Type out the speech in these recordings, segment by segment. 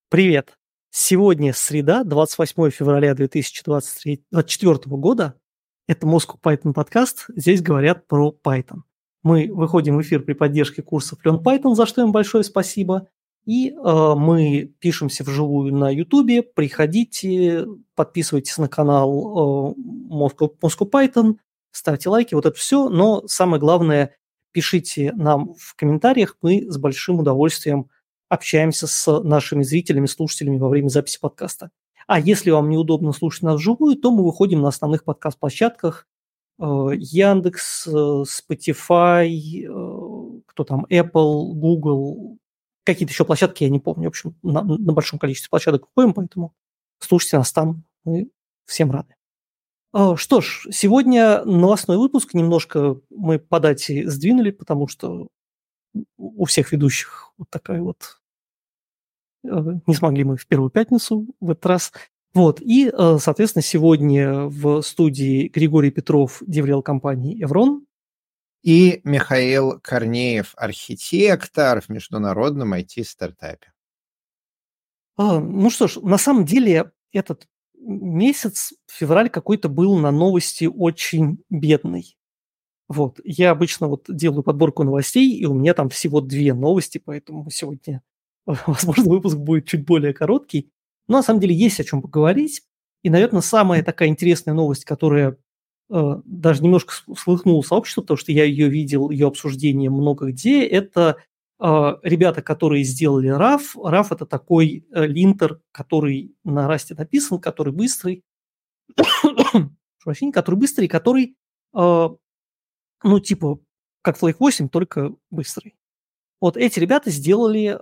Привет! Сегодня среда, 28 февраля 2024 года. Это Moscow Python подкаст. Здесь говорят про Python. Мы выходим в эфир при поддержке курсов Learn Python, за что им большое спасибо. И мы пишемся вживую на YouTube. Приходите, подписывайтесь на канал Moscow Python, ставьте лайки, вот это все. Но самое главное, пишите нам в комментариях. Мы с большим удовольствием общаемся с нашими зрителями, слушателями во время записи подкаста. А если вам неудобно слушать нас вживую, то мы выходим на основных подкаст-площадках Яндекс, Spotify, кто там, Apple, Google, какие-то еще площадки, я не помню. В общем, на большом количестве площадок выходим, поэтому слушайте нас там, мы всем рады. Что ж, сегодня новостной выпуск, немножко мы по дате сдвинули, потому что у всех ведущих вот такая вот... Не смогли мы в первую пятницу в этот раз. Вот. И, соответственно, сегодня в студии Григорий Петров, деврел компании «Эврон». И Михаил Корнеев, архитектор в международном IT-стартапе. Ну что ж, на самом деле этот месяц, февраль какой-то был на новости очень бедный. Вот. Я обычно вот делаю подборку новостей, и у меня там всего 2 новости, поэтому сегодня, возможно, выпуск будет чуть более короткий. Но на самом деле есть о чем поговорить. И, наверное, самая такая интересная новость, которая даже немножко всколыхнула сообщество, потому что я ее видел, ее обсуждение много где, это ребята, которые сделали RAF. RAF – это такой линтер, который на Rust написан, который быстрый, который ну, типа, как Flake 8, только быстрый. Вот эти ребята сделали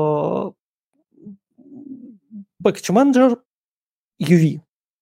Package Manager UV.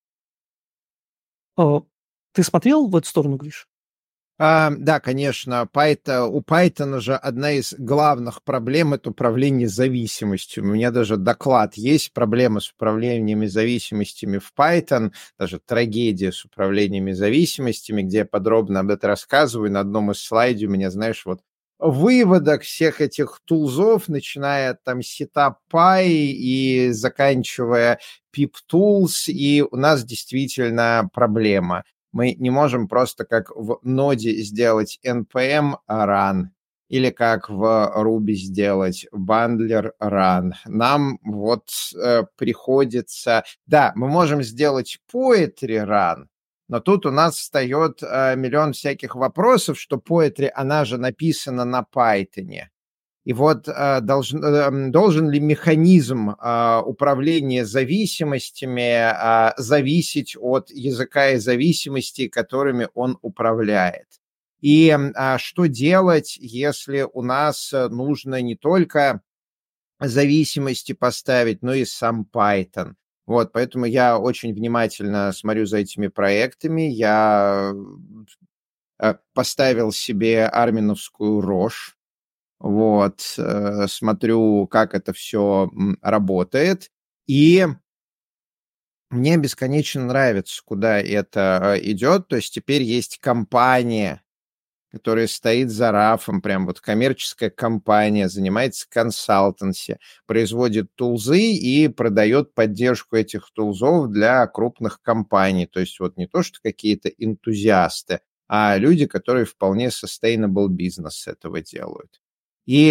Ты смотрел в эту сторону, Гриш? Да, конечно, у Python же одна из главных проблем – это управление зависимостью. У меня даже доклад есть, проблемы с управлениями зависимостями в Python, даже трагедия с управлениями зависимостями, где я подробно об этом рассказываю. На одном из слайдов у меня, знаешь, вот выводок всех этих тулзов, начиная от там SetupPy и заканчивая PipTools, и у нас действительно проблема. Мы не можем просто как в ноде сделать npm run или как в Ruby сделать bundler run. Нам вот приходится... Да, мы можем сделать poetry run, но тут у нас встает миллион всяких вопросов, что poetry, она же написана на Python. И вот должен ли механизм управления зависимостями зависеть от языка и зависимостей, которыми он управляет? И что делать, если у нас нужно не только зависимости поставить, но и сам Python? Вот, поэтому я очень внимательно смотрю за этими проектами. Я поставил себе арминовскую рожь. Вот, смотрю, как это все работает, и мне бесконечно нравится, куда это идет. То есть теперь есть компания, которая стоит за RAF, прям вот коммерческая компания, занимается консалтенси, производит тулзы и продает поддержку этих тулзов для крупных компаний. То есть вот не то, что какие-то энтузиасты, а люди, которые вполне sustainable бизнес с этого делают. И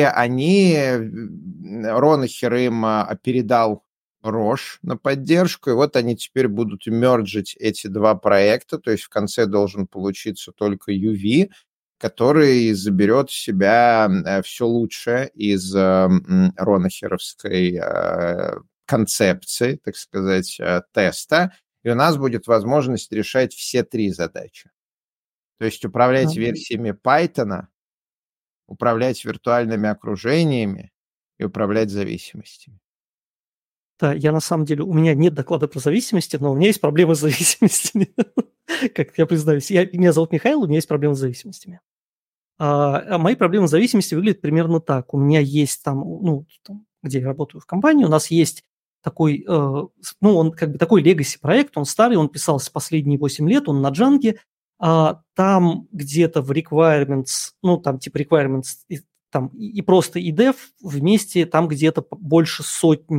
Ронахер им передал Рош на поддержку, и вот они теперь будут мерджить эти 2 проекта, то есть в конце должен получиться только UV, который заберет в себя все лучшее из ронахеровской концепции, так сказать, теста, и у нас будет возможность решать все 3 задачи. То есть управлять версиями Python, управлять виртуальными окружениями и управлять зависимостями. Да, я на самом деле, у меня нет доклада про зависимости, но у меня есть проблемы с зависимостями. Как я признаюсь, меня зовут Михаил, у меня есть проблемы с зависимостями. Мои проблемы с зависимостью выглядят примерно так. У меня есть там, где я работаю в компании, у нас есть такой, он как бы такой legacy проект, он старый, он писался последние 8 лет, он на Django. Там где-то в requirements, там типа requirements и просто и dev вместе, там где-то больше 100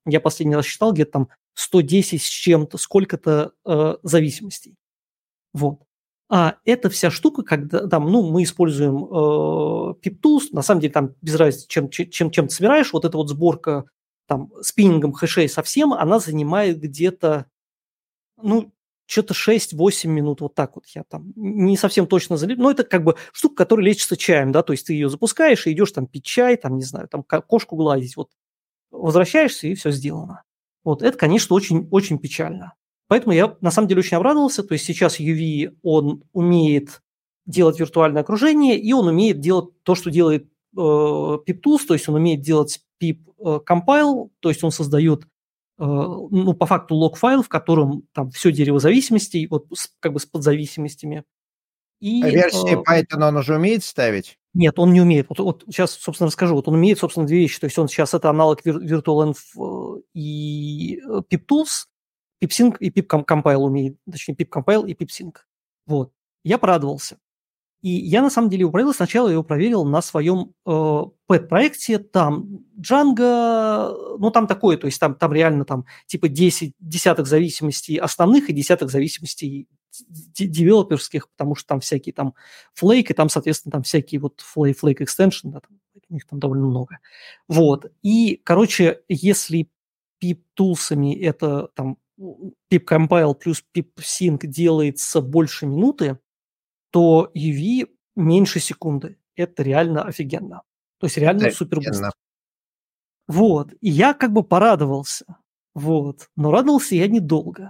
я последний раз считал, где-то там 110 с чем-то, сколько-то зависимостей. Вот. А эта вся штука, когда там, мы используем PipTools, на самом деле там без разницы, чем ты собираешь, вот эта вот сборка там спиннингом хэшей совсем, она занимает где-то, что-то 6-8 минут, вот так вот я там не совсем точно залип. Но это как бы штука, которая лечится чаем, да, то есть ты ее запускаешь и идешь там пить чай, там, не знаю, там кошку гладить, вот возвращаешься и все сделано. Вот это, конечно, очень, очень печально. Поэтому я на самом деле очень обрадовался, то есть сейчас UV, он умеет делать виртуальное окружение, и он умеет делать то, что делает PipTools, то есть он умеет делать pip compile, то есть он создает по факту лог-файл, в котором там все дерево зависимостей, вот как бы с подзависимостями. И, Версии Python он уже умеет ставить? Нет, он не умеет. Вот сейчас, собственно, расскажу. Вот он умеет, собственно, две вещи. То есть он сейчас это аналог VirtualEnv и PipTools, PipSync и PipCompile умеет. Точнее, PipCompile и PipSync. Вот. Я порадовался. И я, на самом деле, его проверил. Сначала я его проверил на своем pet-проекте. Там Django, там такое, то есть там реально там типа 10 десяток зависимостей основных и десяток зависимостей девелоперских, потому что там всякие там флейк, и там, соответственно, там всякие вот флейк экстеншн, да, у них там довольно много. Вот. И, короче, если pip-тулсами это там pip-compile плюс pip-sync делается больше минуты, то UV меньше секунды. Это реально офигенно. То есть реально супер быстро. Вот. И я как бы порадовался. Вот. Но радовался я недолго.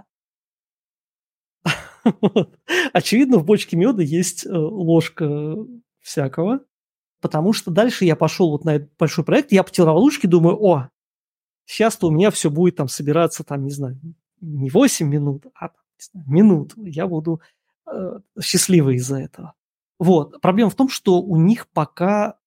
Очевидно, в бочке меда есть ложка всякого. Потому что дальше я пошел вот на этот большой проект, я потирал ручки, думаю, сейчас-то у меня все будет там собираться, там, не знаю, не 8 минут, а минуту. Я буду счастливый из-за этого. Вот. Проблема в том, что у них пока,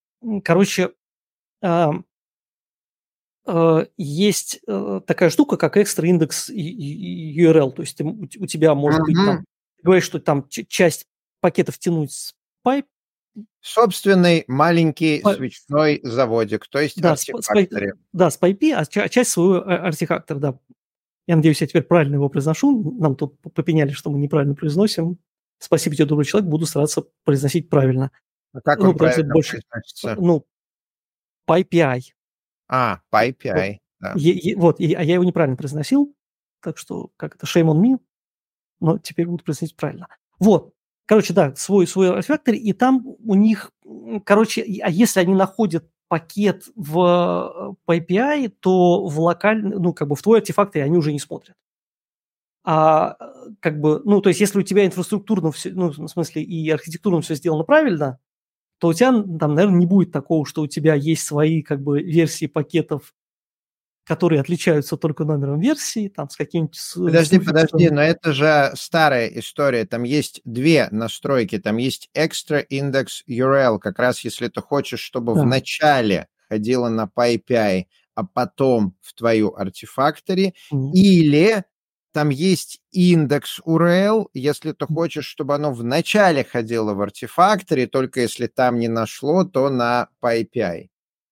есть такая штука, как экстра индекс URL. То есть у тебя может быть там, говоришь, что там часть пакетов тянуть с Pipe. Собственный маленький свечной заводик, то есть артефакторе. С Pipe, а часть своего артефактора, да. Я надеюсь, я теперь правильно его произношу. Нам тут попеняли, что мы неправильно произносим. Спасибо тебе, добрый человек, буду стараться произносить правильно. А как он правильно произносится? PyPI. PyPI, да. А я его неправильно произносил, так что как это, shame on me, но теперь буду произносить правильно. Вот, короче, да, свой артефактор, и там у них, а если они находят пакет в PyPI, то в локальный, в твой артефактор они уже не смотрят. То есть если у тебя инфраструктурно все, в смысле и архитектурно все сделано правильно, то у тебя там, наверное, не будет такого, что у тебя есть свои версии пакетов, которые отличаются только номером версии, там с каким-нибудь... Подожди, но это же старая история. Там есть две настройки. Там есть extra index URL. Как раз если ты хочешь, чтобы в начале ходила на PyPI, а потом в твою артефакторе, или там есть индекс URL, если ты хочешь, чтобы оно в начале ходило в артефакторе, только если там не нашло, то на PyPI.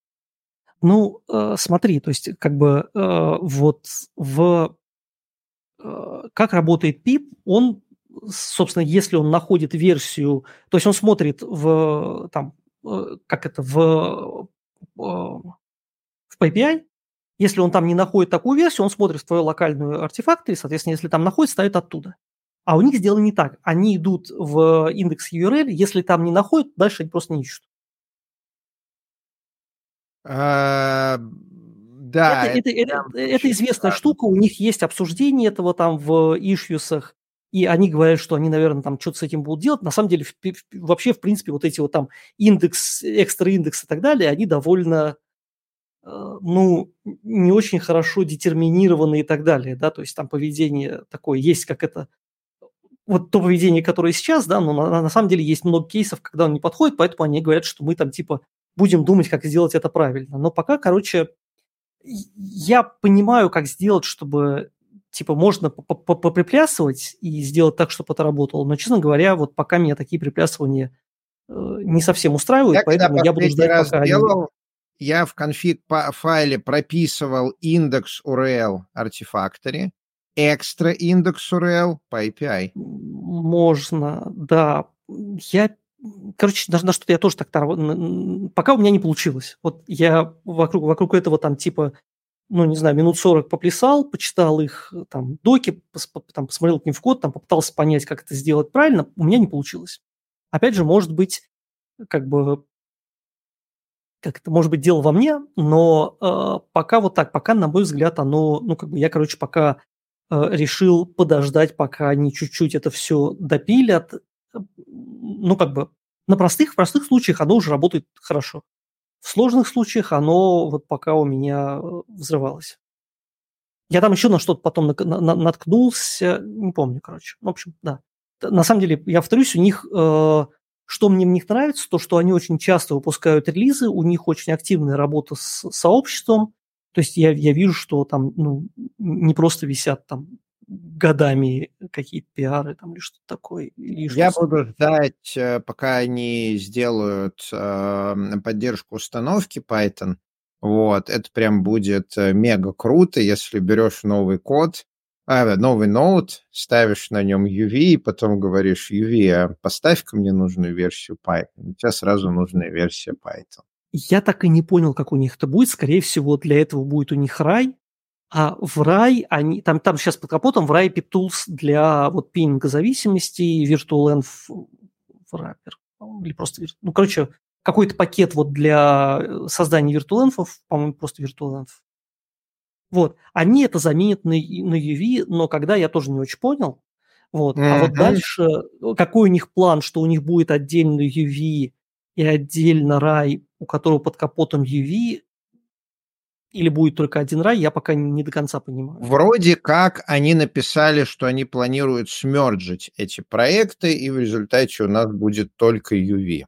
Смотри, то есть как работает PIP, он, собственно, если он находит версию, то есть он смотрит в PyPI, если он там не находит такую версию, он смотрит в твою локальную артефакт, и, соответственно, если там находит, ставит оттуда. А у них сделано не так. Они идут в индекс URL, если там не находят, дальше они просто не ищут. Да. Это известная штука, у них есть обсуждение этого там в ишьюсах, и они говорят, что они, наверное, там что-то с этим будут делать. На самом деле, вообще, в принципе, вот эти вот там индекс, экстра индекс и так далее, они довольно, не очень хорошо детерминированы и так далее, да, то есть там поведение такое есть, как это, вот то поведение, которое сейчас, да, но на самом деле есть много кейсов, когда он не подходит, поэтому они говорят, что мы там типа будем думать, как сделать это правильно. Но пока, я понимаю, как сделать, чтобы типа можно поприплясывать и сделать так, чтобы это работало. Но, честно говоря, вот пока меня такие приплясывания не совсем устраивают, поэтому я буду ждать, пока я в конфиг файле прописывал индекс URL Artifactory, экстра индекс URL по API. Можно, да. Короче, на что-то я тоже так... Пока у меня не получилось. Вот я вокруг этого там типа, ну, не знаю, минут 40 поплясал, почитал их там доки, там, посмотрел к ним в код, там попытался понять, как это сделать правильно. У меня не получилось. Опять же, может быть, как бы как это может быть дело во мне, но пока вот так, пока, на мой взгляд, оно, ну, как бы я, короче, пока решил подождать, пока они чуть-чуть это все допилят. Ну, как бы в простых случаях оно уже работает хорошо. В сложных случаях оно вот пока у меня взрывалось. Я там еще на что-то потом наткнулся, не помню, короче. В общем, да. На самом деле, я повторюсь, у них, что мне в них нравится, то, что они очень часто выпускают релизы, у них очень активная работа с сообществом. То есть я вижу, что там ну, не просто висят там годами какие-то пиары там или что-то такое. Или Я что-то. буду ждать, пока они сделают поддержку установки Python. Вот, это прям будет мега круто, если берешь новый код, новый ноут, ставишь на нем UV, и потом говоришь: UV, а поставь-ка мне нужную версию Python. У тебя сразу нужная версия Python. Я так и не понял, как у них это будет. Скорее всего, для этого будет у них рай. А в рай они там сейчас под капотом в рай PipTools для вот пининга зависимостей, VirtualEnv wrapper, или просто ну, короче, какой-то пакет вот для создания VirtualEnv, по-моему, просто VirtualEnv. Вот. Они это заменят на UV, но когда я тоже не очень понял. Вот. А вот Мгм. дальше, какой у них план, что у них будет отдельно UV и отдельно рай, у которого под капотом UV, или будет только один рай, я пока не до конца понимаю. Вроде как они написали, что они планируют смерджить эти проекты, и в результате у нас будет только UV.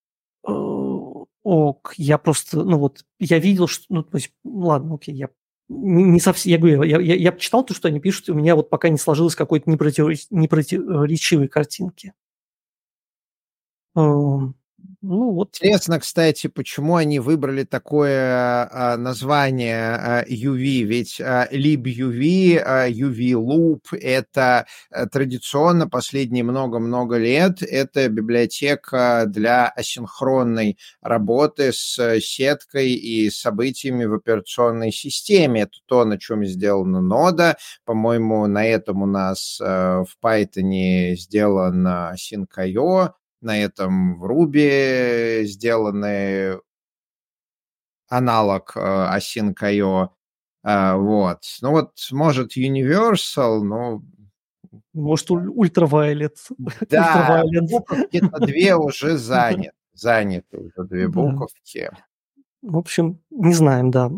Ок, я просто, ну вот, я видел, что, ну, то есть, ладно, окей, я не совсем, я говорю, я почитал то, что они пишут, и у меня вот пока не сложилось какой-то непротиворечивой картинки. Ну вот, Интересно, кстати, почему они выбрали такое название UV, ведь libUV, UV-Loop — это традиционно последние много-много лет это библиотека для асинхронной работы с сеткой и событиями в операционной системе. Это то, на чем сделана нода. По-моему, на этом у нас в Python сделан Async.io, на этом в Ruby сделанный аналог Async.io. Вот. Ну вот, может, Universal, но может, ультравайолет, да, ультравайолет, буковки-то две уже заняты уже две да. буковки. В общем, не знаем, да.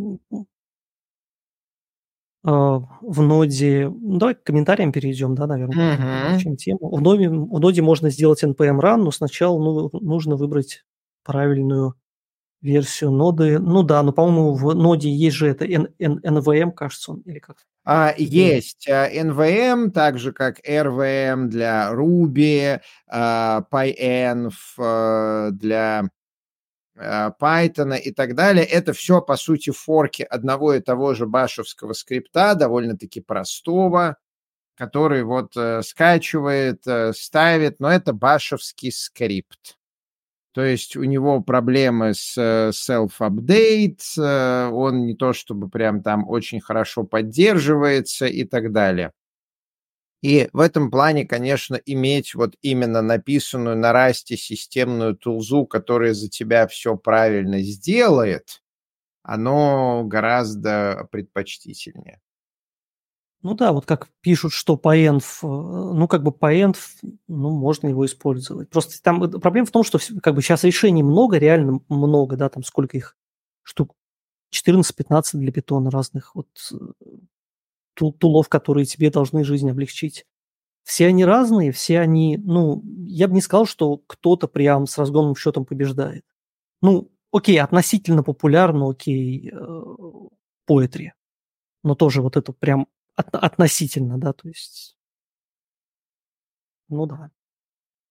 В ноде, ну, давай к комментариям перейдем, да, наверное, пока Мгм. обобщим тему. В ноде можно сделать npm run, но сначала нужно выбрать правильную версию ноды. Ну да, но, по-моему, в ноде есть же это NVM, кажется, он, или как? NVM. Есть NVM, так же как RVM для Ruby, PyEnv для Python и так далее. Это все, по сути, форки одного и того же башевского скрипта, довольно-таки простого, который вот скачивает, ставит, но это башевский скрипт. То есть у него проблемы с self-update, он не то чтобы прям там очень хорошо поддерживается и так далее. И в этом плане, конечно, иметь вот именно написанную на расте системную тулзу, которая за тебя все правильно сделает, оно гораздо предпочтительнее. Ну да, вот как пишут, что PyEnv, ну как бы PyEnv, ну можно его использовать. Просто там проблема в том, что как бы сейчас решений много, реально много, да, там сколько их штук, 14-15 для питона разных вот тулов, которые тебе должны жизнь облегчить. Все они разные, все они, ну, я бы не сказал, что кто-то прям с разгонным счетом побеждает. Ну, окей, относительно популярно, окей, Poetry, но тоже вот это прям относительно, да, то есть, ну да.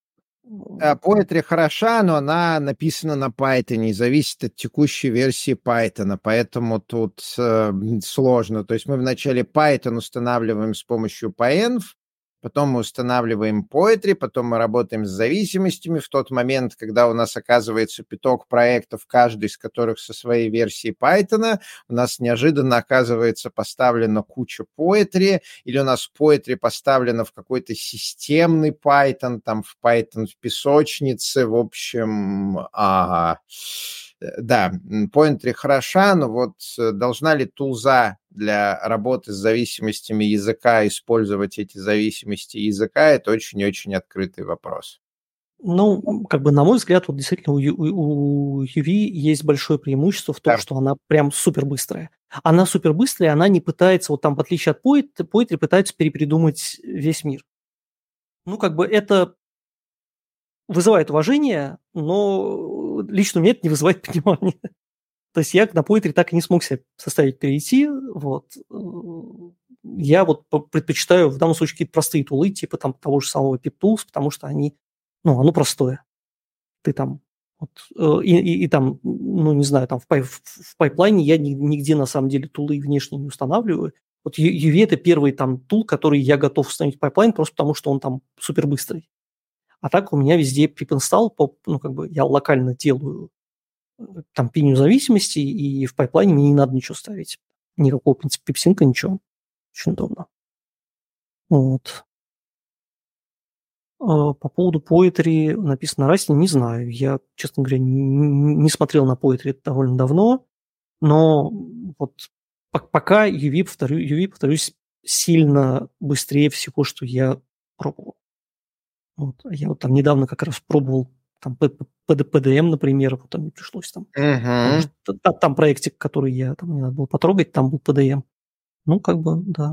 Poetry хороша, но она написана на Python и зависит от текущей версии Python, поэтому тут сложно. То есть мы вначале Python устанавливаем с помощью PyEnv, потом мы устанавливаем Poetry, потом мы работаем с зависимостями. В тот момент, когда у нас оказывается пяток проектов, каждый из которых со своей версией Python, у нас неожиданно оказывается поставлена куча Poetry, или у нас Poetry поставлено в какой-то системный Python, там в Python в песочнице, в общем, да, Poetry хороша, но вот должна ли тулза для работы с зависимостями языка использовать эти зависимости языка, это очень-очень открытый вопрос. Ну, как бы, на мой взгляд, вот действительно у UV есть большое преимущество в том, Да. что она прям супер быстрая. Она супер быстрая, она не пытается, вот там, в отличие от Poetry, пытается перепридумать весь мир. Ну, как бы это вызывает уважение, но лично у меня это не вызывает понимания. То есть я на Poetry так и не смог себе составить перейти. Вот. Я вот предпочитаю в данном случае какие-то простые тулы, типа там того же самого PipTools, потому что они, ну, оно простое. Ты там вот, и там, ну, не знаю, там в пайплайне я нигде на самом деле тулы внешние не устанавливаю. Вот UV – это первый там тул, который я готов установить в пайплайн, просто потому что он там супер быстрый. А так у меня везде pip install, ну, как бы я локально делаю там пиню зависимости, и в пайплайне мне не надо ничего ставить. Никакого пипсинка, ничего. Очень удобно. Вот. По поводу Poetry написано на Rust, не знаю. Я, честно говоря, не смотрел на Poetry довольно давно, но вот пока UV, повторюсь, сильно быстрее всего, что я пробовал. Вот. Я вот там недавно как раз пробовал там PDM, например, вот там мне пришлось там, потому что там проектик, который я там не надо было потрогать, там был PDM. Ну, как бы, да.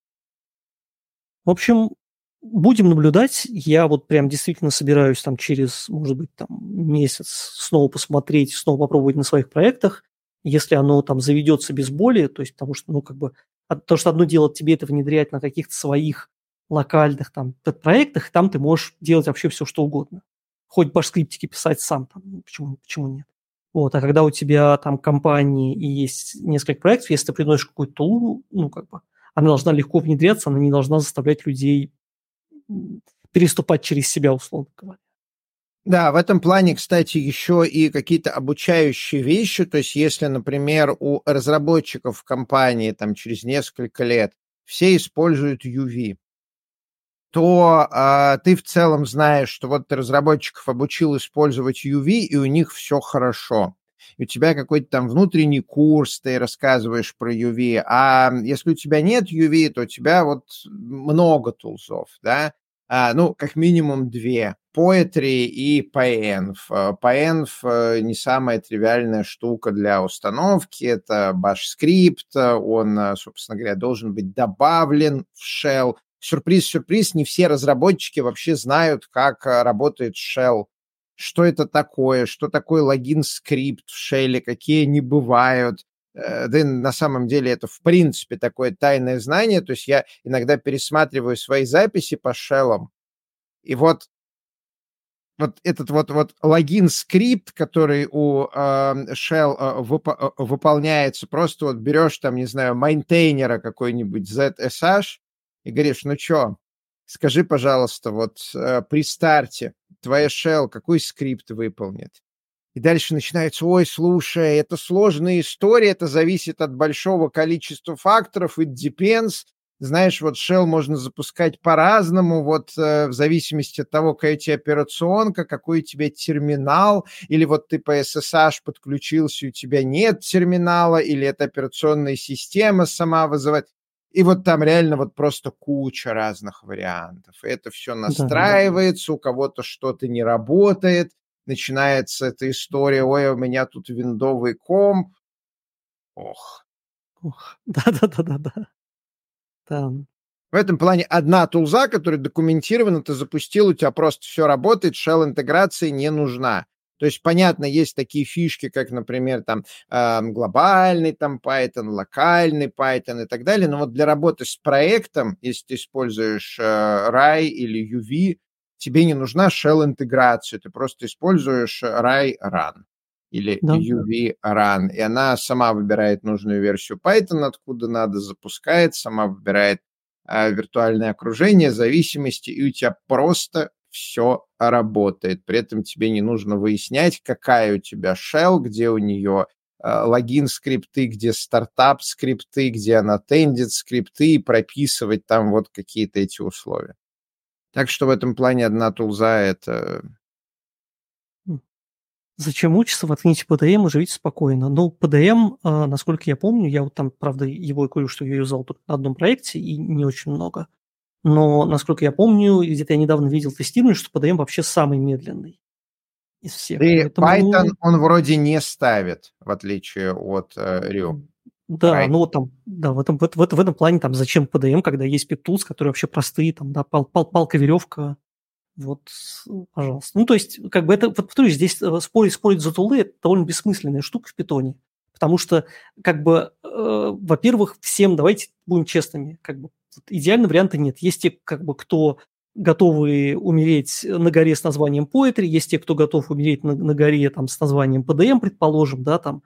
В общем, будем наблюдать. Я вот прям действительно собираюсь там через, может быть, там месяц снова посмотреть, снова попробовать на своих проектах. Если оно там заведется без боли, то есть потому что, ну, как бы, то, что одно дело тебе это внедрять на каких-то своих локальных там проектах, и там ты можешь делать вообще все, что угодно. Хоть баш-скриптики писать сам, там, ну, почему нет. Вот, а когда у тебя там компании и есть несколько проектов, если ты приносишь какую-то тулу, ну, как бы, она должна легко внедряться, она не должна заставлять людей переступать через себя, условно говоря. Да, в этом плане, кстати, еще и какие-то обучающие вещи. То есть, если, например, у разработчиков в компании там через несколько лет все используют UV, то ты в целом знаешь, что вот ты разработчиков обучил использовать UV, и у них все хорошо. И у тебя какой-то там внутренний курс, ты рассказываешь про UV. А если у тебя нет UV, то у тебя вот много тулзов, да? Ну, как минимум две. Poetry и PyEnv. PyEnv не самая тривиальная штука для установки. Это баш-скрипт. Он, собственно говоря, должен быть добавлен в shell. Сюрприз, не все разработчики вообще знают, как работает shell. Что это такое, что такое логин-скрипт в shell, какие они бывают. Да и на самом деле это в принципе такое тайное знание. То есть я иногда пересматриваю свои записи по shell'ам, и вот этот вот логин-скрипт, который у Shell выполняется, просто вот берешь там, не знаю, майнтейнера какой-нибудь ZSH и говоришь, ну чё, скажи, пожалуйста, вот при старте твоя Shell какой скрипт выполнит? И дальше начинается, ой, слушай, это сложная история, это зависит от большого количества факторов, it depends. Знаешь, вот shell можно запускать по-разному, вот в зависимости от того, какая у тебя операционка, какой у тебя терминал, или вот ты по SSH подключился, у тебя нет терминала, или эта операционная система сама вызывает. И вот там реально вот просто куча разных вариантов. И это все настраивается, у кого-то что-то не работает, начинается эта история, ой, у меня тут виндовый комп. Ох. Да-да-да-да-да. Там. В этом плане одна тулза, которая документирована, ты запустил, у тебя просто все работает, shell-интеграция не нужна. То есть, понятно, есть такие фишки, как, например, там глобальный там Python, локальный Python и так далее, но вот для работы с проектом, если ты используешь RAI или UV, тебе не нужна shell-интеграция, ты просто используешь ray-run или Да. UV-run, и она сама выбирает нужную версию Python, откуда надо, запускает, сама выбирает виртуальное окружение, зависимости, и у тебя просто все работает. При этом тебе не нужно выяснять, какая у тебя shell, где у нее логин скрипты, где стартап скрипты, где она тендит скрипты, и прописывать там вот какие-то эти условия. Так что в этом плане одна тулза — это... Зачем мучиться, воткните PDM и живите спокойно. Ну, PDM, насколько я помню, я вот там, правда, его и говорю, что я юзал только на одном проекте, и не очень много. Но, насколько я помню, где-то я недавно видел тестирование, что PDM вообще самый медленный из всех. И Python Поэтому, он вроде не ставит, в отличие от Ryu. да, Right? ну вот там, да, в этом плане там зачем PDM, когда есть PipTools, которые вообще простые, там, да, палка-веревка, вот, пожалуйста. Ну, то есть, как бы это, вот повторюсь, здесь спорить за тулы – это довольно бессмысленная штука в питоне, потому что, как бы, во-первых, всем, давайте будем честными, как бы, идеального варианта нет. Есть те, как бы, кто готовы умереть на горе с названием Poetry, есть те, кто готов умереть на горе там, с названием PDM, предположим, да, там,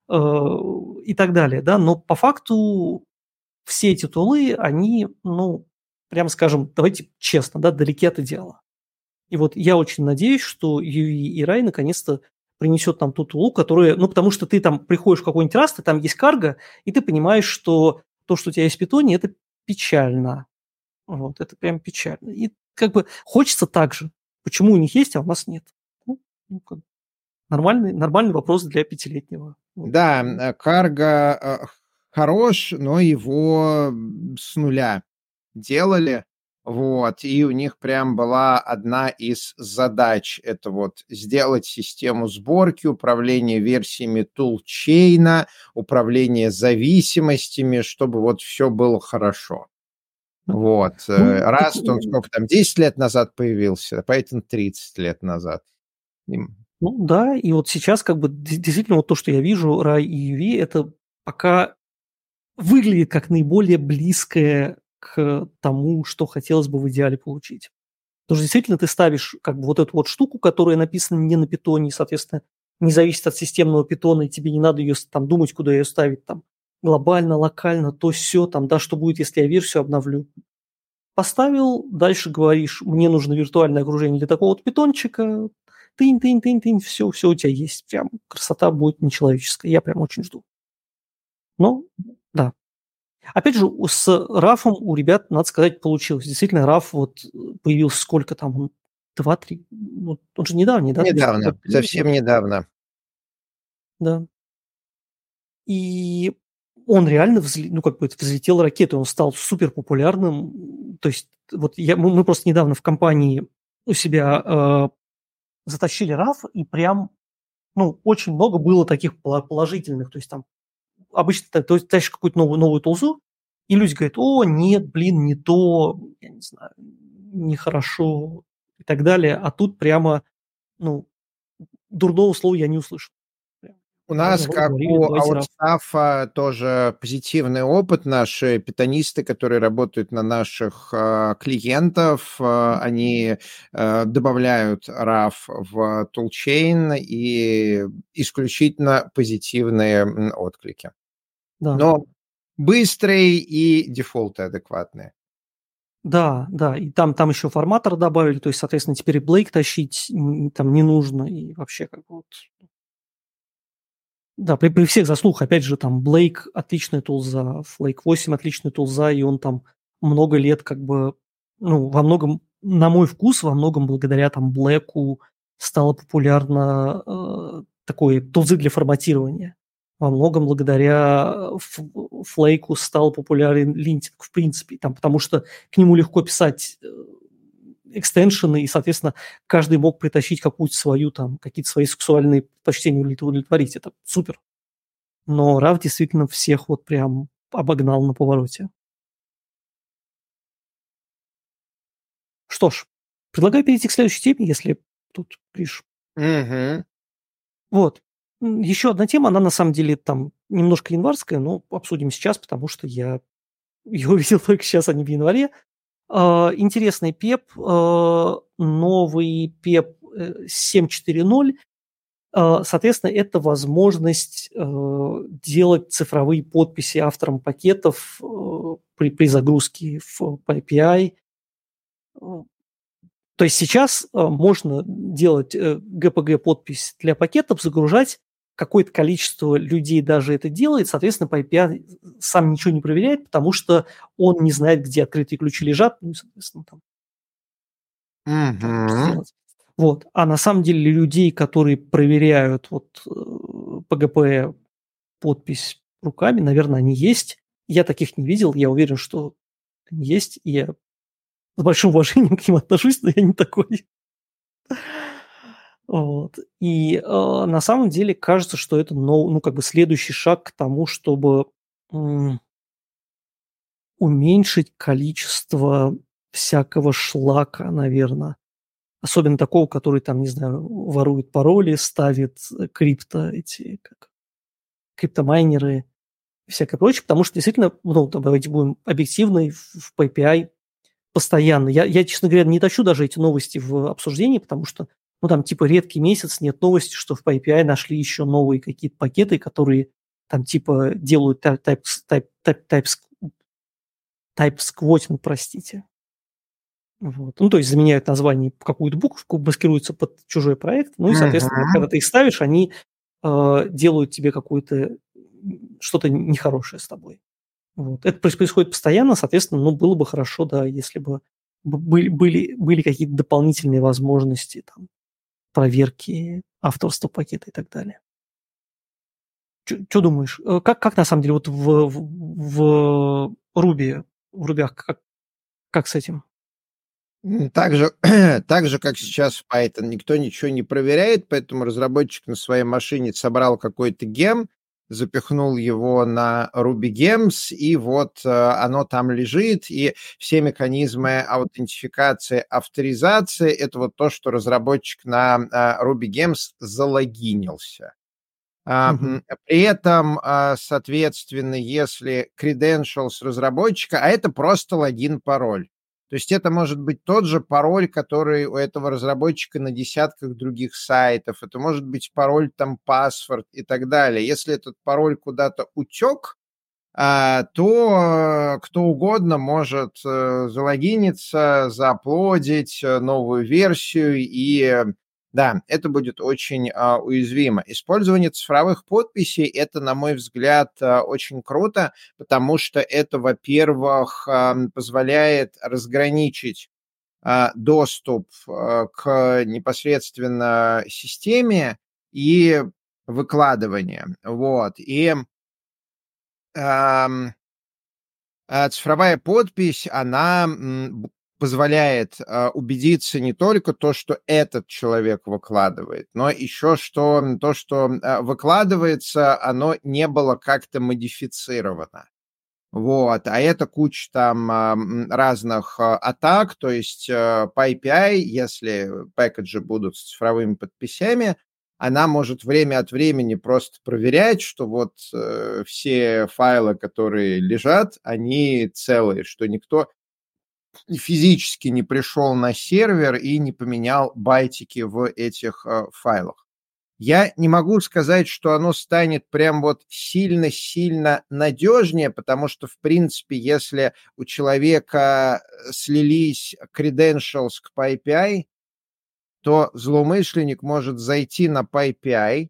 и так далее, да, но по факту все эти тулы, они, ну, прямо скажем, давайте честно, да, далеки от идеала. И вот я очень надеюсь, что UV и Rai наконец-то принесет нам ту тулу, которая... Ну, потому что ты там приходишь в какой-нибудь раз, ты там есть карго, и ты понимаешь, что то, что у тебя есть в питоне, это печально. Вот, это прям печально. И как бы хочется так же. Почему у них есть, а у нас нет? Как бы нормальный вопрос для пятилетнего. Вот. Да, Карго хорош, но его с нуля делали. Вот, и у них прям была одна из задач — это вот сделать систему сборки, управления версиями тулчейна, управление зависимостями, чтобы вот все было хорошо. Вот. Ну, так, Rust, он сколько там, 10 лет назад появился, а Python 30 лет назад. ну да, и вот сейчас как бы действительно вот то, что я вижу, Rai и UV, это пока выглядит как наиболее близкое к тому, что хотелось бы в идеале получить. Потому что действительно ты ставишь как бы вот эту вот штуку, которая написана не на питоне, и, соответственно, не зависит от системного питона, и тебе не надо ее там думать, куда ее ставить там глобально, локально, то все там, да, что будет, если я версию обновлю. Поставил, дальше говоришь, мне нужно виртуальное окружение для такого-то питончика, тынь, все у тебя есть. Прям красота будет нечеловеческая. Я прям очень жду. Но, да. Опять же, с RAF у ребят, надо сказать, получилось. Действительно, RAF вот появился сколько там, 2-3, ну, он же недавний, да? То есть, Недавно, совсем недавно. да. И он реально ну, как бы взлетел ракетой, он стал супер популярным. То есть вот мы просто недавно в компании у себя затащили RAF, и прям, ну, очень много было таких положительных. То есть там обычно ты тащишь какую-то новую тулзу, и люди говорят: о, нет, блин, не то, я не знаю, нехорошо и так далее. А тут прямо, ну, дурного слова я не услышал. Прям. У нас, Наоборот, как говорили: у давайте RAF. аутстаффа, тоже позитивный опыт. Наши питонисты, которые работают на наших клиентов, они добавляют RAF в toolchain, и исключительно позитивные отклики. Да. Но быстрые и дефолты адекватные. Да, да, и там еще форматор добавили, то есть, соответственно, теперь и Blake тащить там не нужно, и вообще как бы вот. Да, при всех заслугах, опять же, там Blake отличная тулза, Flake 8 отличная тулза, и он там много лет как бы, ну, во многом, на мой вкус, во многом благодаря там Black'у стало популярно такой тулзы для форматирования. Во многом благодаря Flake стал популярен линтинг в принципе, там, потому что к нему легко писать экстеншены, и, соответственно, каждый мог притащить какую-то свою, там, какие-то свои сексуальные предпочтения удовлетворить. Это супер. Но RAV действительно всех вот прям обогнал на повороте. Что ж, предлагаю перейти к следующей теме, если тут, видишь. Мгм. Вот. Еще одна тема, она на самом деле там немножко январская, но обсудим сейчас, потому что я ее увидел только сейчас, а не в январе. Интересный PEP, новый PEP 7.4.0. Соответственно, это возможность делать цифровые подписи авторам пакетов при загрузке в API. То есть сейчас можно делать GPG-подпись для пакетов, загружать, какое-то количество людей даже это делает, соответственно, по API сам ничего не проверяет, потому что он не знает, где открытые ключи лежат, ну и, соответственно, там сделать. Вот. А на самом деле людей, которые проверяют вот PGP подпись руками, наверное, они есть. Я таких не видел, я уверен, что они есть, и я с большим уважением к ним отношусь, но я не такой. Вот. И на самом деле кажется, что это как бы следующий шаг к тому, чтобы уменьшить количество всякого шлака, наверное. Особенно такого, который там, не знаю, ворует пароли, ставит криптомайнеры и всякое прочее, потому что действительно, ну, давайте будем объективны, в PayPI постоянно. Я, честно говоря, не тащу даже эти новости в обсуждении, потому что, ну, там, типа, редкий месяц нет новости, что в PayPI нашли еще новые какие-то пакеты, которые там, типа, делают тайп-сквотинг, простите. Вот. Ну, то есть заменяют название какую-то буковку, маскируются под чужой проект, ну и, соответственно, когда ты их ставишь, они делают тебе что-то нехорошее с тобой. Вот. Это происходит постоянно, соответственно, ну, было бы хорошо, да, если бы были какие-то дополнительные возможности там, проверки авторства пакета и так далее. Что думаешь? Как на самом деле вот в Ruby, в Ruby как с этим? Так же, как сейчас в Python, никто ничего не проверяет, поэтому разработчик на своей машине собрал какой-то гем, запихнул его на RubyGems, и вот оно там лежит, и все механизмы аутентификации, авторизации — это вот то, что разработчик на RubyGems залогинился. При этом, соответственно, если credentials разработчика, а это просто логин-пароль. То есть это может быть тот же пароль, который у этого разработчика на десятках других сайтов. Это может быть пароль, там, паспорт и так далее. Если этот пароль куда-то утек, то кто угодно может залогиниться, зааплодить новую версию, и да, это будет очень уязвимо. Использование цифровых подписей — это, на мой взгляд, очень круто, потому что это, во-первых, позволяет разграничить доступ к непосредственно системе и выкладывание. Вот. И цифровая подпись, она позволяет убедиться не только то, что этот человек выкладывает, но еще что то, что выкладывается, оно не было как-то модифицировано. Вот, а это куча там разных атак, то есть по API, если пэкэджи будут с цифровыми подписями, она может время от времени просто проверять, что вот все файлы, которые лежат, они целые, что никто физически не пришел на сервер и не поменял байтики в этих файлах. Я не могу сказать, что оно станет прям вот сильно-сильно надежнее, потому что, в принципе, если у человека слились credentials к PyPI, то злоумышленник может зайти на PyPI,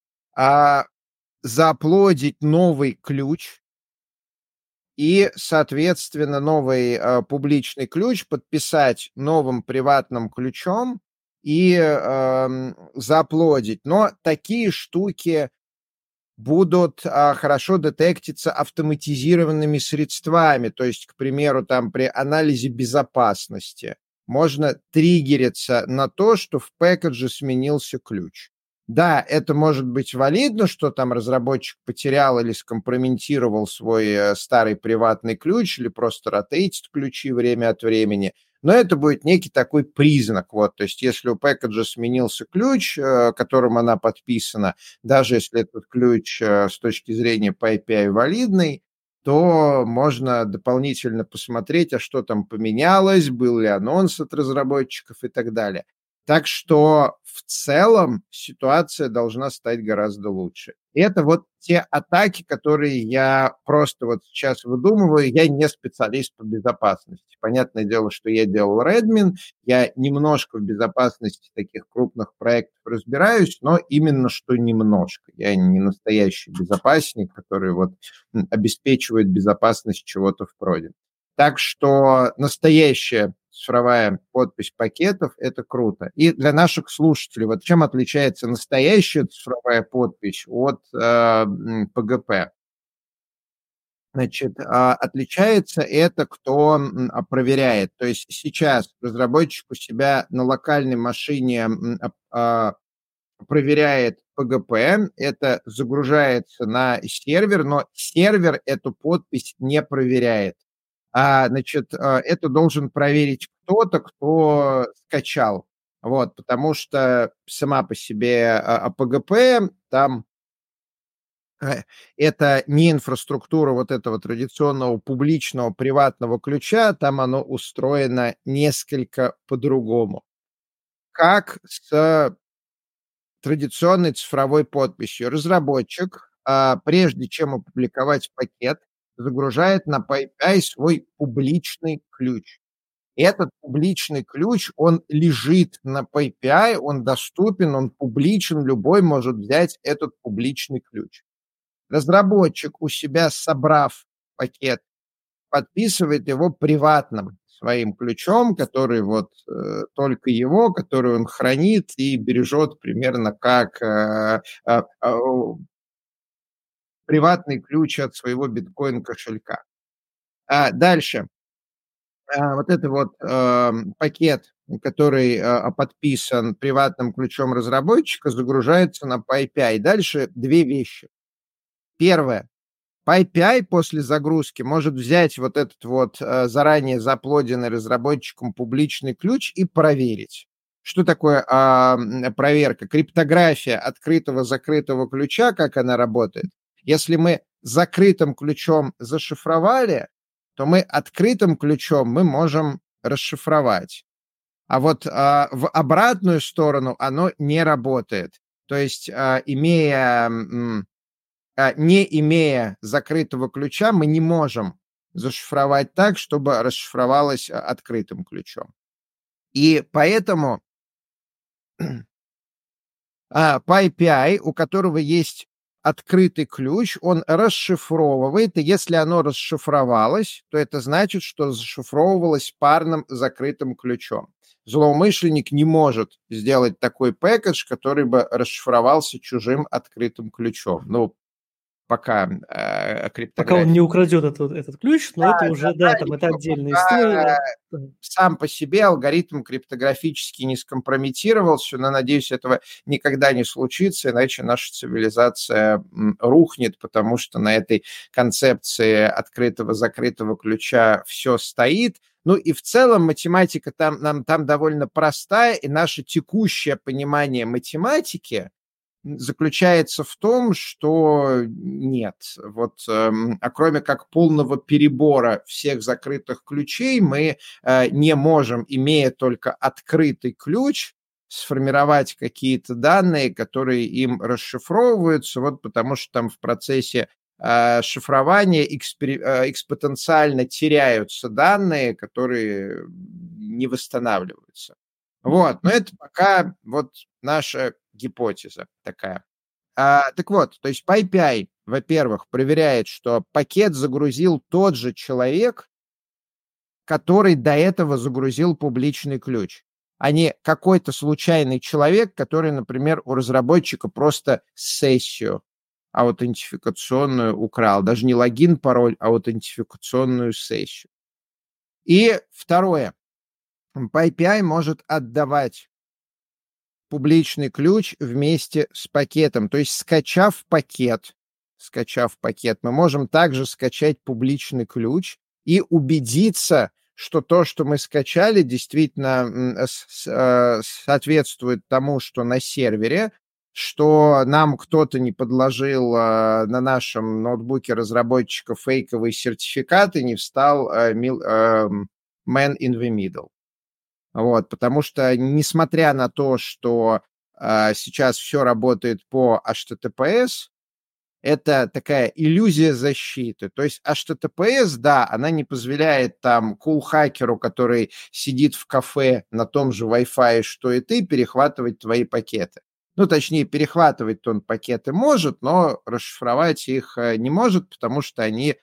зааплодить новый ключ и, соответственно, новый публичный ключ подписать новым приватным ключом и зааплодить. Но такие штуки будут хорошо детектиться автоматизированными средствами. То есть, к примеру, там при анализе безопасности можно триггериться на то, что в пэкэдже сменился ключ. Да, это может быть валидно, что там разработчик потерял или скомпрометировал свой старый приватный ключ, или просто ротейтит ключи время от времени, но это будет некий такой признак. Вот, то есть если у пэкэджа сменился ключ, которым она подписана, даже если этот ключ с точки зрения PyPI валидный, то можно дополнительно посмотреть, а что там поменялось, был ли анонс от разработчиков и так далее. Так что в целом ситуация должна стать гораздо лучше. И это вот те атаки, которые я просто вот сейчас выдумываю. Я не специалист по безопасности. Понятное дело, что я делал Redmin, я немножко в безопасности таких крупных проектов разбираюсь, но именно что немножко. Я не настоящий безопасник, который вот обеспечивает безопасность чего-то в проде. Так что настоящая цифровая подпись пакетов – это круто. И для наших слушателей, вот чем отличается настоящая цифровая подпись от ПГП? Значит, отличается это, кто проверяет. То есть сейчас разработчик у себя на локальной машине проверяет ПГП, это загружается на сервер, но сервер эту подпись не проверяет. Значит, это должен проверить кто-то, кто скачал. Вот, потому что сама по себе ПГП, там это не инфраструктура вот этого традиционного публичного приватного ключа, там оно устроено несколько по-другому. Как с традиционной цифровой подписью. Разработчик, прежде чем опубликовать пакет, загружает на PyPI свой публичный ключ. Этот публичный ключ, он лежит на PyPI, он доступен, он публичен, любой может взять этот публичный ключ. Разработчик у себя, собрав пакет, подписывает его приватным своим ключом, который вот только его, который он хранит и бережет примерно как приватный ключ от своего биткоин-кошелька. Дальше. Вот это вот пакет, который подписан приватным ключом разработчика, загружается на PyPI. Дальше две вещи. Первое. PyPI после загрузки может взять вот этот вот заранее заплоденный разработчиком публичный ключ и проверить. Что такое проверка? Криптография открытого-закрытого ключа, как она работает. Если мы закрытым ключом зашифровали, то мы открытым ключом мы можем расшифровать. А вот в обратную сторону оно не работает. То есть, не имея закрытого ключа, мы не можем зашифровать так, чтобы расшифровалось открытым ключом. И поэтому PyPI, у которого есть открытый ключ, он расшифровывает, и если оно расшифровалось, то это значит, что зашифровывалось парным закрытым ключом. Злоумышленник не может сделать такой пэкэдж, который бы расшифровался чужим открытым ключом. Ну, пока Пока он криптография. не украдет этот ключ, но это уже, да, там это еще отдельная пока история. Да. сам по себе алгоритм криптографически не скомпрометировался, но, надеюсь, этого никогда не случится, иначе наша цивилизация рухнет, потому что на этой концепции открытого-закрытого ключа все стоит. Ну и в целом математика там довольно простая, и наше текущее понимание математики заключается в том, что нет. Вот, кроме как полного перебора всех закрытых ключей, мы не можем, имея только открытый ключ, сформировать какие-то данные, которые им расшифровываются, вот потому что там в процессе шифрования экспоненциально теряются данные, которые не восстанавливаются. Вот, но это пока вот наша гипотеза такая. Так вот, то есть PyPI, во-первых, проверяет, что пакет загрузил тот же человек, который до этого загрузил публичный ключ, а не какой-то случайный человек, который, например, у разработчика просто сессию аутентификационную украл. Даже не логин, пароль, а аутентификационную сессию. И второе. PyPI может отдавать публичный ключ вместе с пакетом. То есть, скачав пакет, мы можем также скачать публичный ключ и убедиться, что то, что мы скачали, действительно соответствует тому, что на сервере, что нам кто-то не подложил на нашем ноутбуке разработчика фейковый сертификат и не встал man in the middle. Вот, потому что, несмотря на то, что сейчас все работает по HTTPS, это такая иллюзия защиты. То есть HTTPS, да, она не позволяет там кул-хакеру, который сидит в кафе на том же Wi-Fi, что и ты, перехватывать твои пакеты. Ну, точнее, перехватывать он пакеты может, но расшифровать их не может, потому что они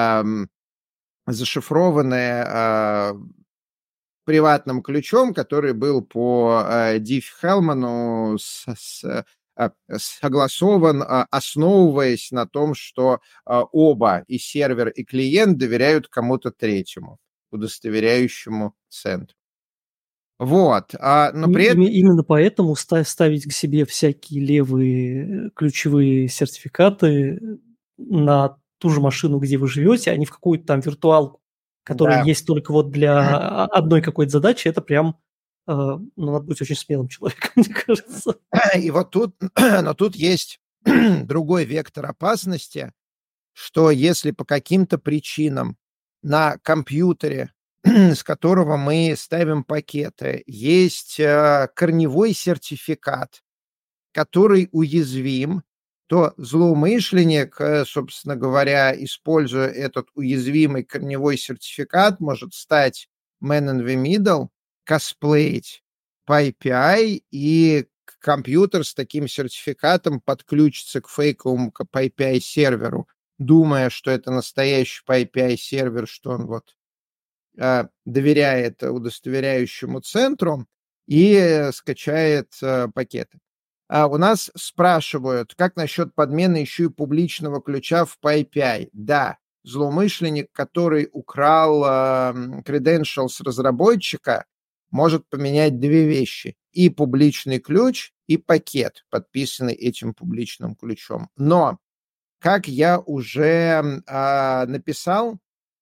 зашифрованы приватным ключом, который был по Diffie-Hellman согласован, основываясь на том, что оба, и сервер, и клиент, доверяют кому-то третьему, удостоверяющему центру. Вот, но при этом... Именно поэтому ставить к себе всякие левые ключевые сертификаты на ту же машину, где вы живете, а не в какую-то там виртуалку, которая есть только вот для одной какой-то задачи, это прям, надо быть очень смелым человеком, мне кажется. И вот тут есть другой вектор опасности, что если по каким-то причинам на компьютере, с которого мы ставим пакеты, есть корневой сертификат, который уязвим, то злоумышленник, собственно говоря, используя этот уязвимый корневой сертификат, может стать man in the middle, косплеить по API, и компьютер с таким сертификатом подключится к фейковому по API серверу, думая, что это настоящий по API сервер, что он вот доверяет удостоверяющему центру, и скачает пакеты. У нас спрашивают, как насчет подмены еще и публичного ключа в PyPI. Да, злоумышленник, который украл credentials разработчика, может поменять две вещи. И публичный ключ, и пакет, подписанный этим публичным ключом. Но, как я уже написал,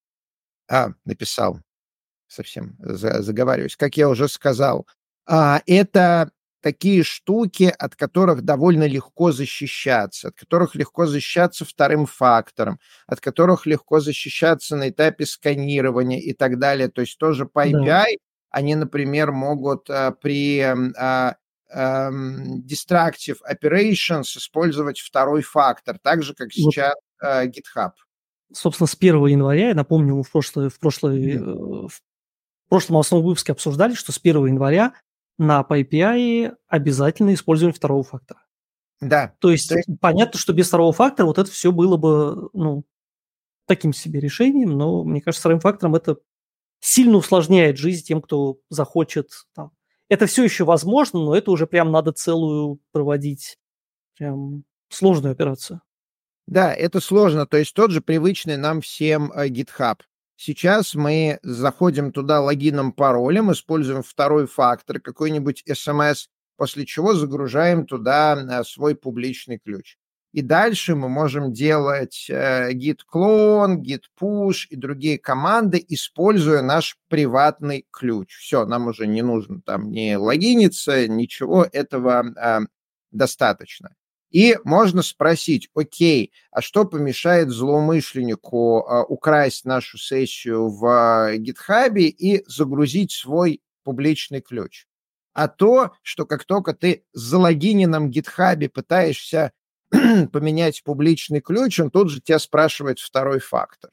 совсем заговариваюсь, как я уже сказал, это такие штуки, от которых довольно легко защищаться, от которых легко защищаться вторым фактором, от которых легко защищаться на этапе сканирования и так далее. То есть тоже по API они, например, могут при destructive operations использовать второй фактор, так же, как сейчас GitHub. Собственно, с 1 января, я напомню, мы в прошлом основном выпуске обсуждали, что с 1 января на PyPI обязательно использование второго фактора. Да. То есть понятно, что без второго фактора вот это все было бы, таким себе решением, но, мне кажется, вторым фактором это сильно усложняет жизнь тем, кто захочет там. Это все еще возможно, но это уже прям надо целую проводить прям сложную операцию. Да, это сложно. То есть тот же привычный нам всем GitHub. Сейчас мы заходим туда логином, паролем, используем второй фактор, какой-нибудь SMS, после чего загружаем туда свой публичный ключ. И дальше мы можем делать git clone, git push и другие команды, используя наш приватный ключ. Все, нам уже не нужно там ни логиниться, ничего, этого достаточно. И можно спросить, окей, а что помешает злоумышленнику украсть нашу сессию в GitHub и загрузить свой публичный ключ? А то, что как только ты с залогиненным GitHub пытаешься поменять публичный ключ, он тут же тебя спрашивает второй фактор.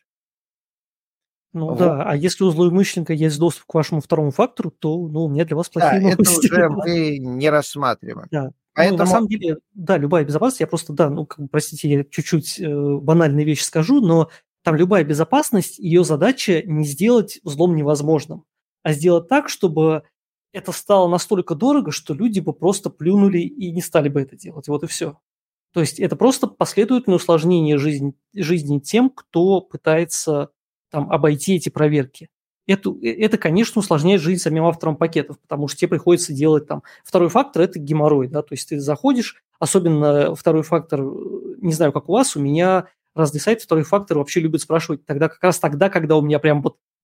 Вот. Да, а если у злоумышленника есть доступ к вашему второму фактору, то, у меня для вас плохие новости. Это уже мы не рассматриваем. Да. Поэтому... на самом деле, да, любая безопасность, я просто, простите, я чуть-чуть банальные вещи скажу, но там любая безопасность, ее задача не сделать взлом невозможным, а сделать так, чтобы это стало настолько дорого, что люди бы просто плюнули и не стали бы это делать. Вот и все. То есть это просто последовательное усложнение жизни тем, кто пытается там обойти эти проверки. Это, конечно, усложняет жизнь самим авторам пакетов, потому что тебе приходится делать там... Второй фактор – это геморрой, да, то есть ты заходишь, особенно второй фактор, не знаю, как у вас, у меня разные сайты второй фактор вообще любят спрашивать как раз тогда, когда у меня прям вот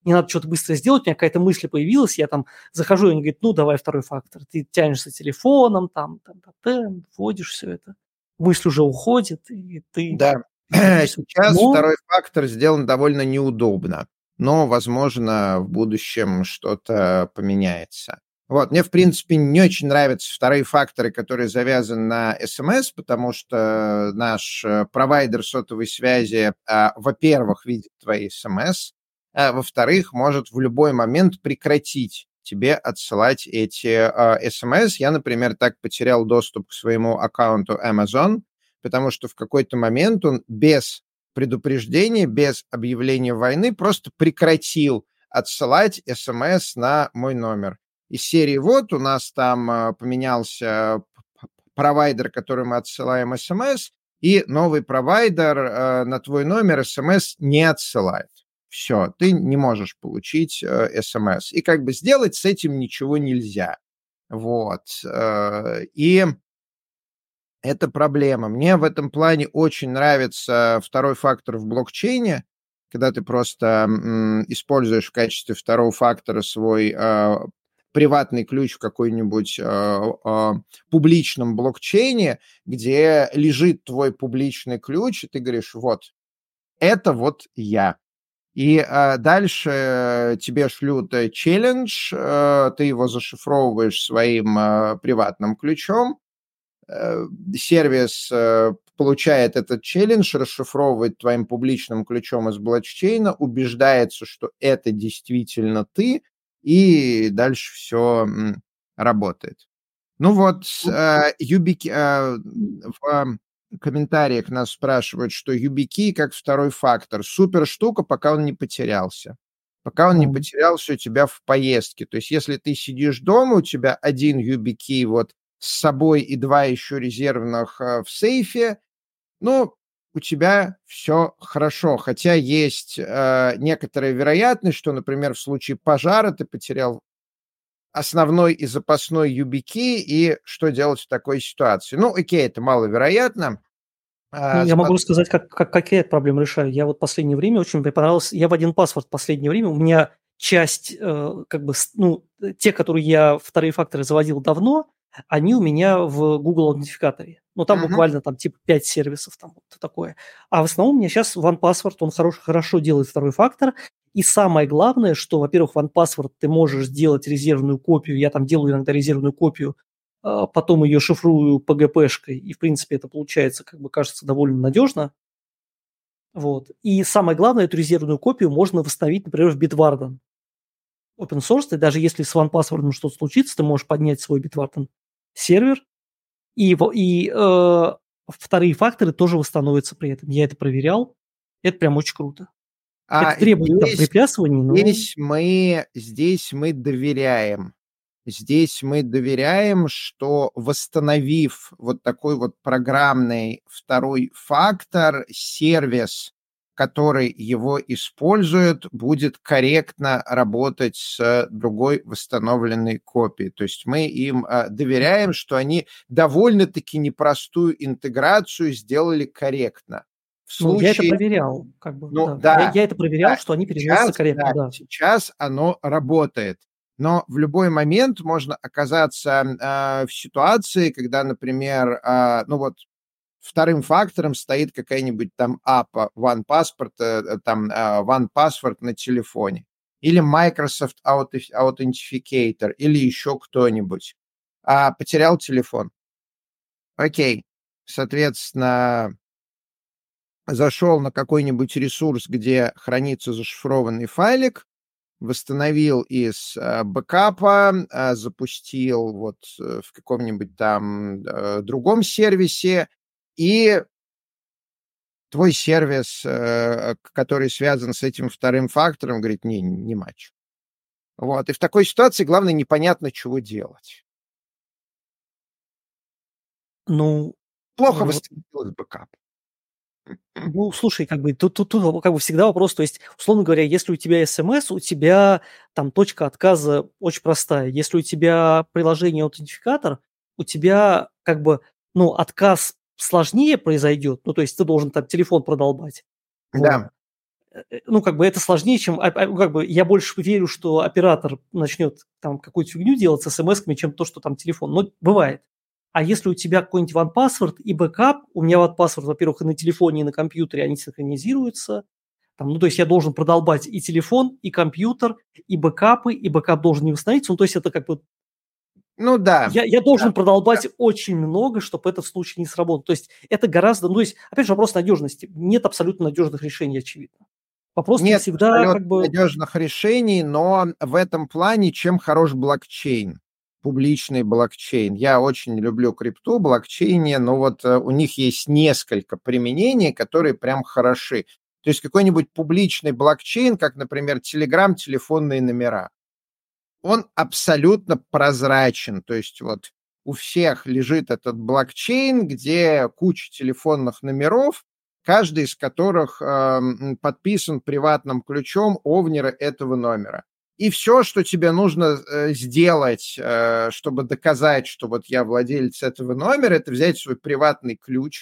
мне надо что-то быстро сделать, у меня какая-то мысль появилась, я там захожу, и он говорит, ну, давай второй фактор. Ты тянешься телефоном, там, вводишь все это. Мысль уже уходит, и ты Да. садишься. Сейчас Но второй фактор сделан довольно неудобно, но, возможно, в будущем что-то поменяется. Вот, мне, в принципе, не очень нравятся вторые факторы, которые завязаны на СМС, потому что наш провайдер сотовой связи, во-первых, видит твои СМС, а во-вторых, может в любой момент прекратить тебе отсылать эти СМС. Я, например, так потерял доступ к своему аккаунту Amazon, потому что в какой-то момент он без предупреждения, без объявления войны просто прекратил отсылать СМС на мой номер. Из серии вот у нас там поменялся провайдер, который мы отсылаем СМС, и новый провайдер на твой номер СМС не отсылает. Все, ты не можешь получить СМС. И как бы сделать с этим ничего нельзя. Вот. И это проблема. Мне в этом плане очень нравится второй фактор в блокчейне, когда ты просто используешь в качестве второго фактора свой приватный ключ в какой-нибудь публичном блокчейне, где лежит твой публичный ключ, и ты говоришь, вот, это вот я. И дальше тебе шлют челлендж, ты его зашифровываешь своим приватным ключом, сервис получает этот челлендж, расшифровывает твоим публичным ключом из блокчейна, убеждается, что это действительно ты, и дальше все работает. Ну вот, в комментариях нас спрашивают, что YubiKey как второй фактор. Супер штука, пока он не потерялся. Пока он не потерялся у тебя в поездке. То есть если ты сидишь дома, у тебя один YubiKey вот с собой и два еще резервных в сейфе, ну, у тебя все хорошо. Хотя есть некоторая вероятность, что, например, в случае пожара ты потерял основной и запасной YubiKey, и что делать в такой ситуации? Ну, окей, это маловероятно. Ну, я могу рассказать, как я эту проблему решаю. Я вот последнее время очень мне понравилось, я в один паспорт в последнее время, у меня часть, те, которые я вторые факторы заводил давно, они у меня в Google аутентификаторе. Ну, там буквально там типа 5 сервисов, там вот такое. А в основном у меня сейчас OnePassword, он хорошо делает второй фактор. И самое главное, что, во-первых, OnePassword ты можешь сделать резервную копию, я там делаю иногда резервную копию, потом ее шифрую PGP-шкой, и, в принципе, это получается, как бы кажется, довольно надежно. Вот. И самое главное, эту резервную копию можно восстановить, например, в Bitwarden. Open source, и даже если с OnePassword что-то случится, ты можешь поднять свой Bitwarden сервер, и вторые факторы тоже восстановятся при этом. Я это проверял. Это прям очень круто. Это требует там приплясываний, но... Здесь мы доверяем. Здесь мы доверяем, что восстановив вот такой вот программный второй фактор, сервис, который его использует, будет корректно работать с другой восстановленной копией. То есть мы им доверяем, что они довольно-таки непростую интеграцию сделали корректно. Я это проверял, как бы, Ну да. да, Я это проверял, да, что они переносятся корректно, да. сейчас оно работает. Но в любой момент можно оказаться в ситуации, когда, например, вторым фактором стоит какая-нибудь там аппа OnePassword на телефоне, или Microsoft Authenticator, или еще кто-нибудь. Потерял телефон. Окей. Соответственно, зашел на какой-нибудь ресурс, где хранится зашифрованный файлик, восстановил из бэкапа, запустил вот в каком-нибудь там другом сервисе, и твой сервис, который связан с этим вторым фактором, говорит, не матч. Вот. И в такой ситуации главное непонятно, чего делать. Плохо восстановилось бэкап. Ну, слушай, как бы тут как бы всегда вопрос, то есть, условно говоря, если у тебя СМС, у тебя там точка отказа очень простая. Если у тебя приложение аутентификатор, у тебя как бы, отказ сложнее произойдет, ну, то есть ты должен там телефон продолбать. Вот. Да. ну, как бы это сложнее, чем, как бы я больше верю, что оператор начнет там какую-то фигню делать с смс-ками, чем то, что там телефон. Но бывает. А если у тебя какой-нибудь OnePassword и бэкап, у меня OnePassword, во-первых, и на телефоне, и на компьютере, они синхронизируются. Там, ну, то есть я должен продолбать и телефон, и компьютер, и бэкапы, и бэкап должен не восстановиться. Ну, то есть это как бы Ну да, я должен продолбать очень много, чтобы это в случае не сработало. То есть это гораздо, ну, то есть, опять же, вопрос надежности. Нет абсолютно надежных решений, очевидно. Вопрос не нет всегда абсолютно как бы... надежных решений, но в этом плане чем хорош блокчейн? Публичный блокчейн. Я очень люблю крипту, блокчейне, но вот у них есть несколько применений, которые прям хороши. То есть какой-нибудь публичный блокчейн, как, например, Telegram, телефонные номера, он абсолютно прозрачен. То есть вот у всех лежит этот блокчейн, где куча телефонных номеров, каждый из которых подписан приватным ключом овнера этого номера. И все, что тебе нужно сделать, чтобы доказать, что вот я владелец этого номера, это взять свой приватный ключ,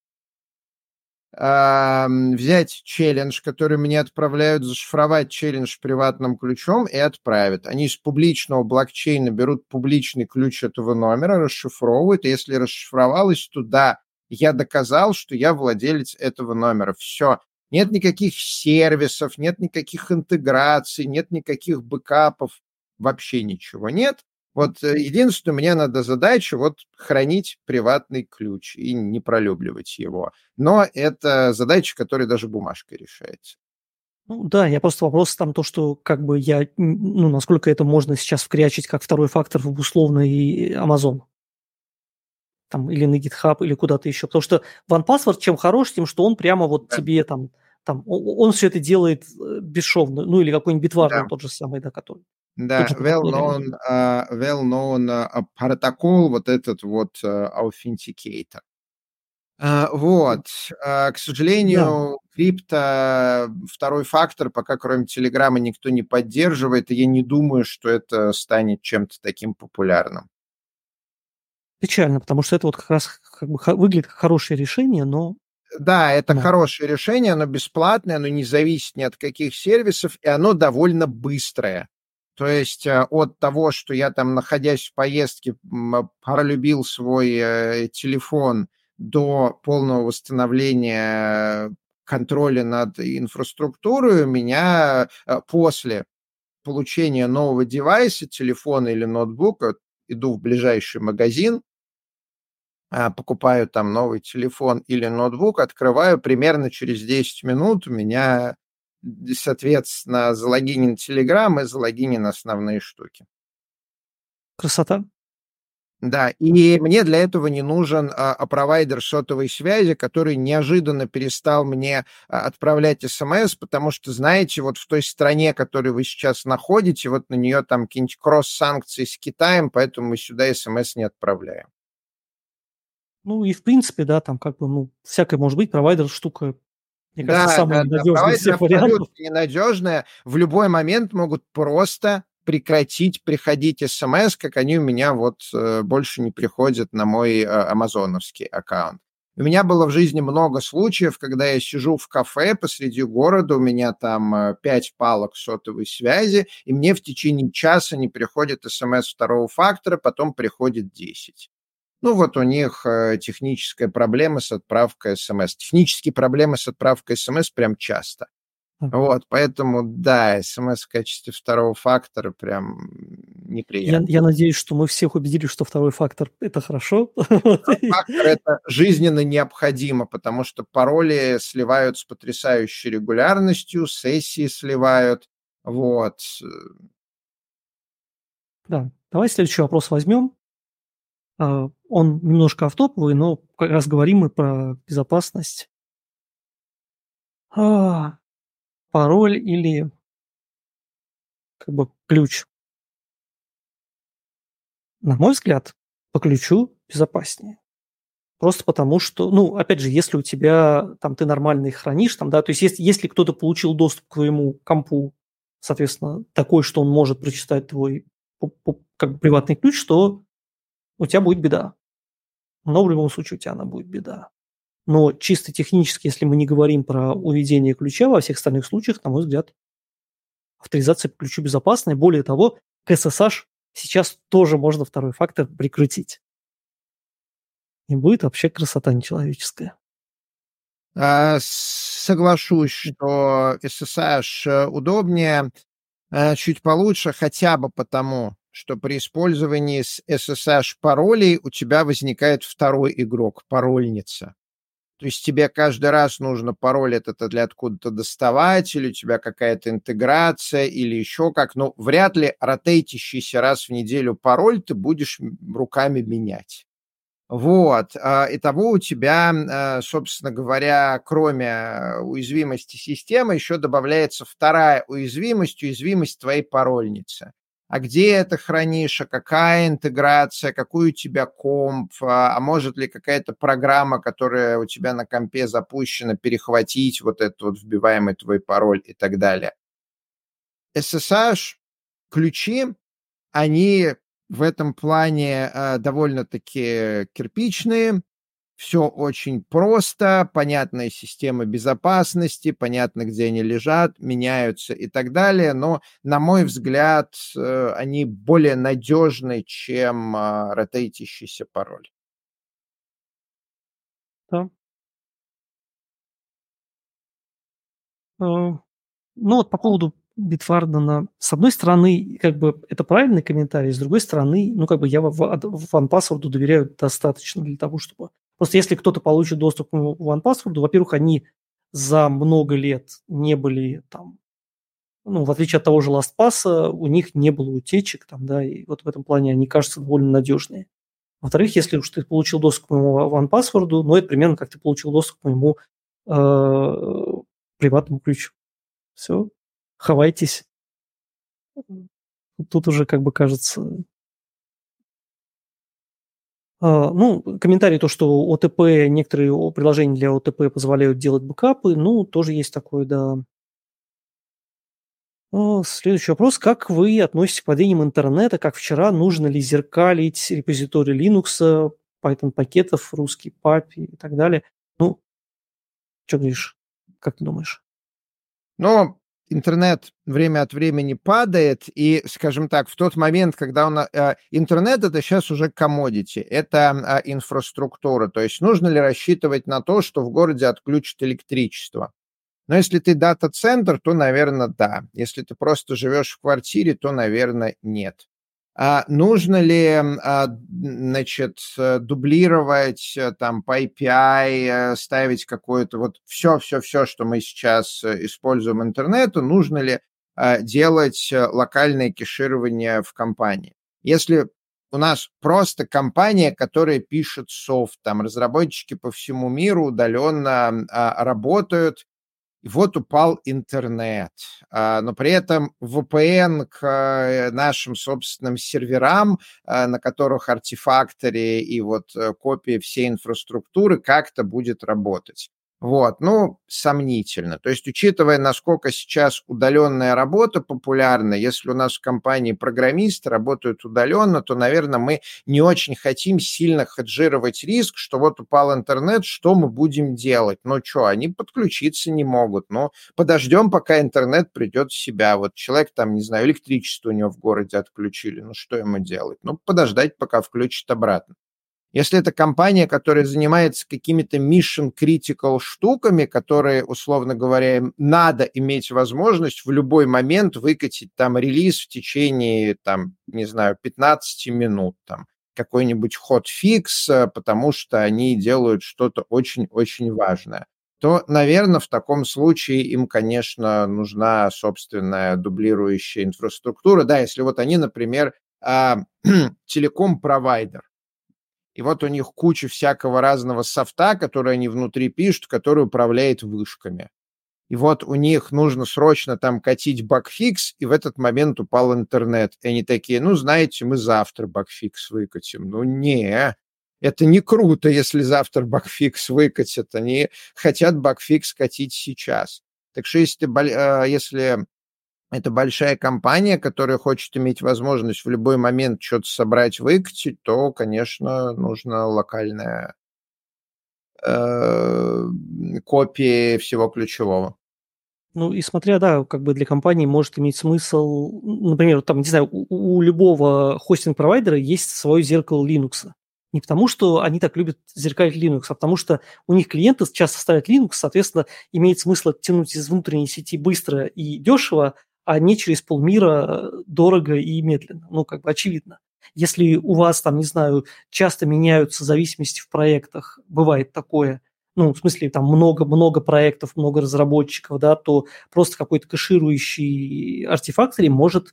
взять челлендж, который мне отправляют, зашифровать челлендж приватным ключом и отправят. Они из публичного блокчейна берут публичный ключ этого номера, расшифровывают, и если расшифровалось, то да, я доказал, что я владелец этого номера. Все. Нет никаких сервисов, нет никаких интеграций, нет никаких бэкапов, вообще ничего нет. Вот единственное, мне надо задача вот хранить приватный ключ и не пролюбливать его. Но это задача, которая даже бумажкой решается. Ну да, я просто вопрос там то, что как бы ну, насколько это можно сейчас вкрячить как второй фактор в условный Amazon. Там, или на GitHub, или куда-то еще. Потому что OnePassword чем хорош, тем, что он прямо вот Да, тебе там он все это делает бесшовно. Ну, или какой-нибудь Bitwarden да, тот же самый, да, который. Тот да. же, про который я говорил. Well-known протокол, вот этот вот authenticator. Вот. К Да. сожалению, крипто второй фактор пока кроме Телеграма никто не поддерживает, и я не думаю, что это станет чем-то таким популярным. Печально, потому что это вот как раз как бы выглядит как хорошее решение, но Да, это но. хорошее решение, оно бесплатное, оно не зависит ни от каких сервисов, и оно довольно быстрое. То есть от того, что я там, находясь в поездке, пролюбил свой телефон до полного восстановления контроля над инфраструктурой, у меня после получения нового девайса, телефона или ноутбука, иду в ближайший магазин, покупаю там новый телефон или ноутбук, открываю, примерно через 10 минут у меня, соответственно, залогинен Telegram и залогинены основные штуки. Красота. Да, и мне для этого не нужен провайдер сотовой связи, который неожиданно перестал мне отправлять СМС, потому что, знаете, вот в той стране, в которой вы сейчас находите, вот на нее там какие-нибудь кросс-санкции с Китаем, поэтому мы сюда СМС не отправляем. Ну и в принципе, да, там как бы, ну, всякое может быть. Провайдер штука, мне кажется, Да, самая да, да, ненадежная из провайдер всех вариантов. абсолютно ненадежная. В любой момент могут просто прекратить приходить СМС, как они у меня вот больше не приходят на мой амазоновский аккаунт. У меня было в жизни много случаев, когда я сижу в кафе посреди города, у меня там 5 палок сотовой связи, и мне в течение часа не приходит СМС второго фактора, потом приходит 10. Ну, вот у них техническая проблема с отправкой СМС. Технические проблемы с отправкой СМС прям часто. Вот, поэтому, да, СМС в качестве второго фактора прям неприятно. Я надеюсь, что мы всех убедили, что второй фактор – это хорошо. Второй фактор – это жизненно необходимо, потому что пароли сливают с потрясающей регулярностью, сессии сливают. Вот. Да, давай следующий вопрос возьмем. Он немножко автоповый, но как раз говорим мы про безопасность. А, Пароль или как бы ключ? На мой взгляд, по ключу безопаснее. Просто потому что, ну, опять же, если у тебя, там, ты нормально их хранишь, там, да, то есть если кто-то получил доступ к твоему компу, соответственно, такой, что он может прочитать твой как бы приватный ключ, то у тебя будет беда. Но в любом случае у тебя она будет беда. Но чисто технически, если мы не говорим про уведение ключа, во всех остальных случаях, на мой взгляд, авторизация по ключу безопасная. Более того, к SSH сейчас тоже можно второй фактор прикрутить. И будет вообще красота нечеловеческая. Соглашусь, что SSH удобнее, чуть получше, хотя бы потому, что при использовании с SSH паролей у тебя возникает второй игрок, парольница. То есть тебе каждый раз нужно пароль этот для откуда-то доставать, или у тебя какая-то интеграция, или еще как. Но вряд ли ротейтящийся раз в неделю пароль ты будешь руками менять. Вот. Итого у тебя, собственно говоря, кроме уязвимости системы, еще добавляется вторая уязвимость, уязвимость твоей парольницы. А где это хранишь, а какая интеграция, какой у тебя комп, а может ли какая-то программа, которая у тебя на компе запущена, перехватить вот этот вот вбиваемый твой пароль и так далее. SSH-ключи, они в этом плане довольно-таки кирпичные, все очень просто, понятная система безопасности, понятно, где они лежат, меняются и так далее, но, на мой взгляд, они более надежны, чем ротейтящийся пароль. Да. Ну, вот по поводу Bitwarden, с одной стороны, как бы это правильный комментарий, с другой стороны, ну, как бы я в OnePassword доверяю достаточно для того, чтобы... Просто если кто-то получит доступ к OnePassword, во-первых, они за много лет не были там, ну, в отличие от того же LastPass, у них не было утечек там, да, и вот в этом плане они кажутся довольно надежные. Во-вторых, если уж ты получил доступ к моему OnePassword, ну, это примерно как ты получил доступ к моему приватному ключу. Все, хавайтесь. Тут уже как бы кажется... ну, комментарий то, что ОТП, некоторые приложения для ОТП позволяют делать бэкапы, ну, тоже есть такое, да. Следующий вопрос. Как вы относитесь к падениям интернета, как вчера? Нужно ли зеркалить репозиторий Linux, Python-пакетов, русский папи и так далее? Ну, что говоришь? Как ты думаешь? Но интернет время от времени падает, и, скажем так, в тот момент, когда интернет — это сейчас уже commodity, это инфраструктура, то есть нужно ли рассчитывать на то, что в городе отключат электричество? Но если ты дата-центр, то, наверное, да. Если ты просто живешь в квартире, то, наверное, нет. Нужно ли, значит, дублировать там по API, ставить какое-то вот все, что мы сейчас используем интернету, нужно ли делать локальное кеширование в компании? Если у нас просто компания, которая пишет софт, там разработчики по всему миру удаленно работают, и вот упал интернет, но при этом VPN к нашим собственным серверам, на которых артефакторы и вот копии всей инфраструктуры как-то будет работать. Вот, ну, сомнительно. То есть, учитывая, насколько сейчас удаленная работа популярна, если у нас в компании программисты работают удаленно, то, наверное, мы не очень хотим сильно хеджировать риск, что вот упал интернет, что мы будем делать? Ну что, они подключиться не могут. Ну, подождем, пока интернет придет в себя. Вот человек там, не знаю, электричество у него в городе отключили. Ну, что ему делать? Ну, подождать, пока включат обратно. Если это компания, которая занимается какими-то mission-critical штуками, которые, условно говоря, им надо иметь возможность в любой момент выкатить там релиз в течение, там, не знаю, 15 минут, там, какой-нибудь hotfix, потому что они делают что-то очень-очень важное, то, наверное, в таком случае им, конечно, нужна собственная дублирующая инфраструктура. Да, если вот они, например, телеком-провайдер, и вот у них куча всякого разного софта, который они внутри пишут, который управляет вышками. И вот у них нужно срочно там катить багфикс, и в этот момент упал интернет. И они такие, ну, знаете, мы завтра багфикс выкатим. Ну, не, это не круто, если завтра багфикс выкатят. Они хотят багфикс катить сейчас. Так что если это большая компания, которая хочет иметь возможность в любой момент что-то собрать, выкатить, то, конечно, нужно локальное копии всего ключевого. Ну и смотря, да, как бы для компании может иметь смысл, например, там, не знаю, у любого хостинг-провайдера есть свое зеркало Linux. Не потому, что они так любят зеркалить Linux, а потому что у них клиенты часто ставят Linux, соответственно, имеет смысл оттянуть из внутренней сети быстро и дешево, а не через полмира дорого и медленно. Ну, как бы очевидно. Если у вас там, не знаю, часто меняются зависимости в проектах, бывает такое, ну, в смысле, там много-много проектов, много разработчиков, да, то просто какой-то кэширующий артефактор может,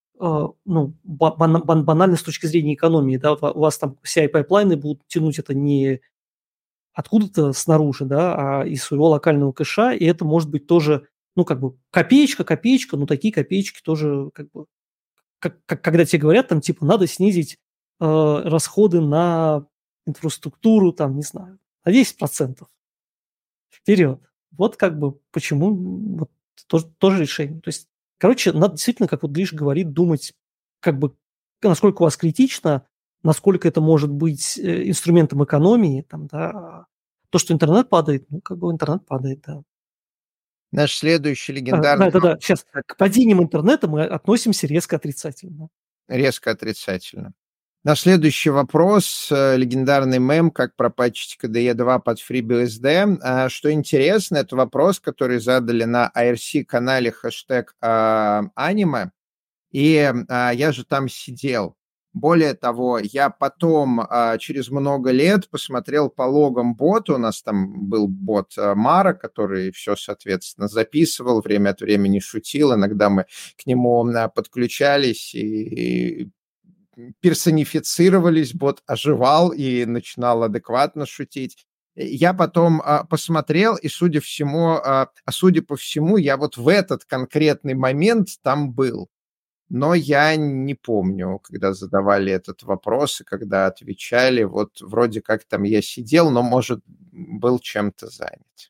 ну, банально с точки зрения экономии, да, вот у вас там CI-пайплайны будут тянуть это не откуда-то снаружи, да, а из своего локального кэша, и это может быть тоже, ну, как бы копеечка, но такие копеечки тоже, как бы, когда тебе говорят, там, типа, надо снизить расходы на инфраструктуру, там, не знаю, на 10%. Вперед. Вот как бы почему вот тоже решение. То есть, короче, надо действительно, как вот Гриша говорит, думать, как бы, насколько у вас критично, насколько это может быть инструментом экономии, там, да. То, что интернет падает, ну, как бы интернет падает, да. Наш следующий Да, легендарный да, да. Сейчас к падениям интернета мы относимся резко отрицательно. резко отрицательно. Наш следующий вопрос, легендарный мем, как пропатчить KDE 2 под FreeBSD. Что интересно, это вопрос, который задали на IRC-канале хэштег аниме, и я же там сидел. Более того, я потом через много лет посмотрел по логам бота, у нас там был бот Мара, который все, соответственно, записывал, время от времени шутил, иногда мы к нему подключались и персонифицировались, бот оживал и начинал адекватно шутить. Я потом посмотрел, и, судя по всему, я вот в этот конкретный момент там был. Но я не помню, когда задавали этот вопрос и когда отвечали. Вот вроде как там я сидел, но, может, был чем-то занят.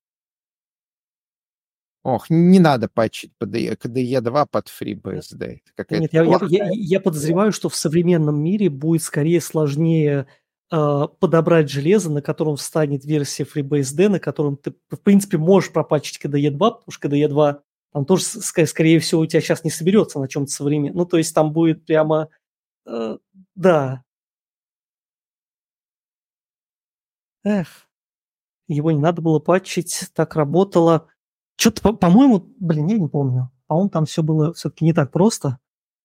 Ох, не надо патчить KDE 2 под FreeBSD. Это какая-то Нет, я, я, плохая я, я подозреваю, что в современном мире будет скорее сложнее подобрать железо, на котором встанет версия FreeBSD, на котором ты, в принципе, можешь пропатчить KDE 2, потому что KDE 2 там тоже, скорее всего, у тебя сейчас не соберется на чем-то современном. Ну, то есть там будет прямо, э, да, эх, его не надо было патчить, так работало. Что-то, по-моему, блин, я не помню. По-моему, там все было все-таки не так просто.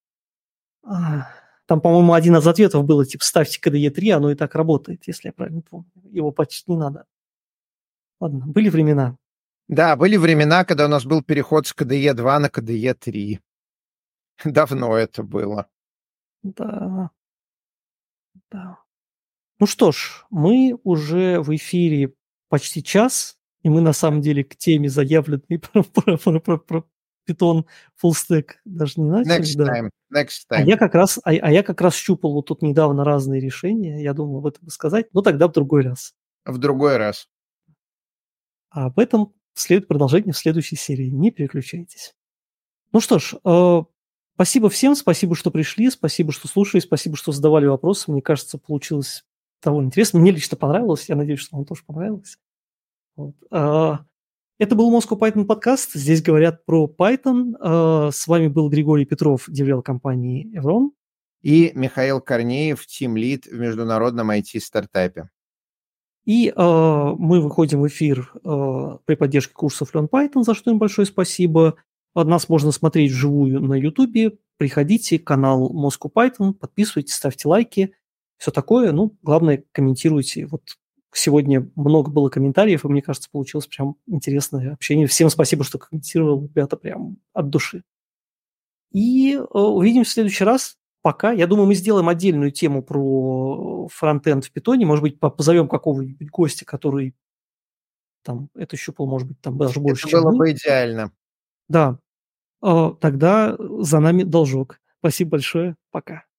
Там, по-моему, один из ответов было, типа, ставьте KDE 3, оно и так работает, если я правильно помню. Его патчить не надо. Ладно, были времена. Да, были времена, когда у нас был переход с KDE 2 на KDE 3. Давно это было. Да, да. Ну что ж, мы уже в эфире почти час, и мы на самом деле к теме, заявленной про Python Full Stack, даже не начали, да. Next А time. я как раз щупал вот тут недавно разные решения, я думал об этом сказать, но тогда в другой раз. В другой раз. А об этом следует продолжение в следующей серии. Не переключайтесь. Ну что ж, спасибо всем, спасибо, что пришли, спасибо, что слушали, спасибо, что задавали вопросы. Мне кажется, получилось довольно интересно. Мне лично понравилось, я надеюсь, что вам тоже понравилось. Вот. Это был Moscow Python подкаст. Здесь говорят про Python. С вами был Григорий Петров, деврел компании Evron. И Михаил Корнеев, тимлид в международном IT-стартапе. И мы выходим в эфир при поддержке курсов Learn Python, за что им большое спасибо. Нас можно смотреть вживую на YouTube. Приходите, канал Moscow Python, подписывайтесь, ставьте лайки, все такое. Ну, главное, комментируйте. Вот сегодня много было комментариев, и мне кажется, получилось прям интересное общение. Всем спасибо, что комментировал, ребята, прям от души. И увидимся в следующий раз. Пока. Я думаю, мы сделаем отдельную тему про фронтенд в питоне. Может быть, позовем какого-нибудь гостя, который там это щупал, может быть, там даже больше, Это чем было мы. бы идеально. Да. Тогда за нами должок. Спасибо большое. Пока.